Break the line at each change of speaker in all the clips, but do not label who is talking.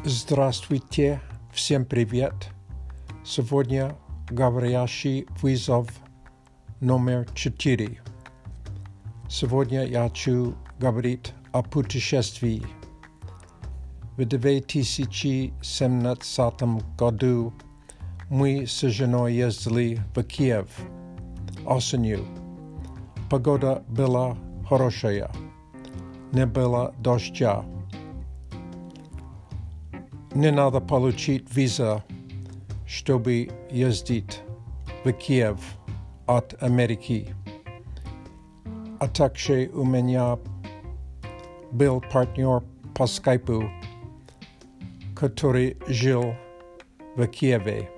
Здравствуйте, всем привет. Сегодня говорящий вызов номер 4. Сегодня я хочу говорить о путешествии. В 2017 году мы с женой ездили в Киев осенью. Погода была хорошая, не было дождя. Не надо получить виза, чтобы ездить в Киев от Америки. А также у меня был партнер по скайпу, который жил в Киеве.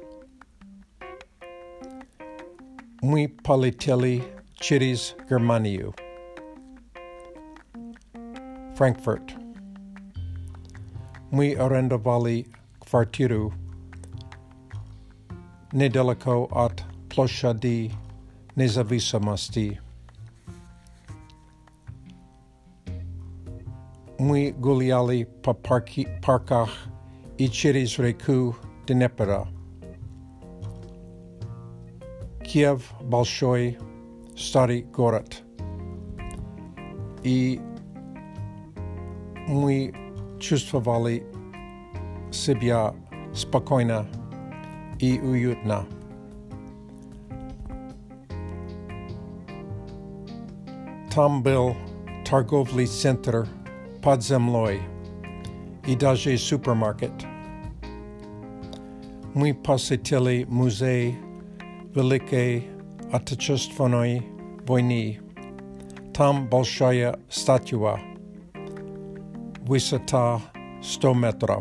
Мы полетели через Германию. Франкфурт. Мы арендовали квартиру недалеко от площади Независимости. Мы гуляли по парках и через реку Днепра. Киев – большой, старый город. И мы чувствовали себя спокойно и уютно. Там был торговый центр под землей и даже супермаркет. Мы посетили музей Великой Отечественной войны. Там большая статуя. Высота 100 метров.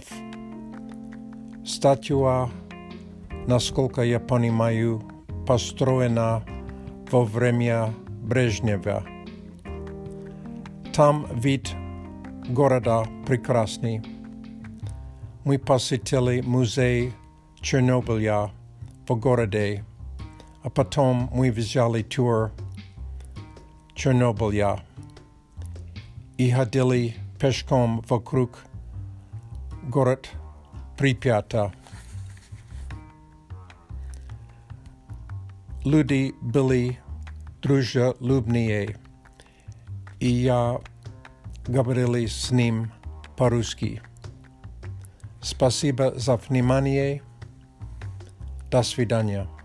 Статуя, насколько я понимаю, построена во время Брежнева. Там вид города прекрасный. Мы посетили музей Чернобыля в городе, а потом мы взяли тур Чернобыля и ходили пешком вокруг город Припята. Люди были дружелюбные, и я говорил с ним по-русски. Спасибо за внимание. До свидания.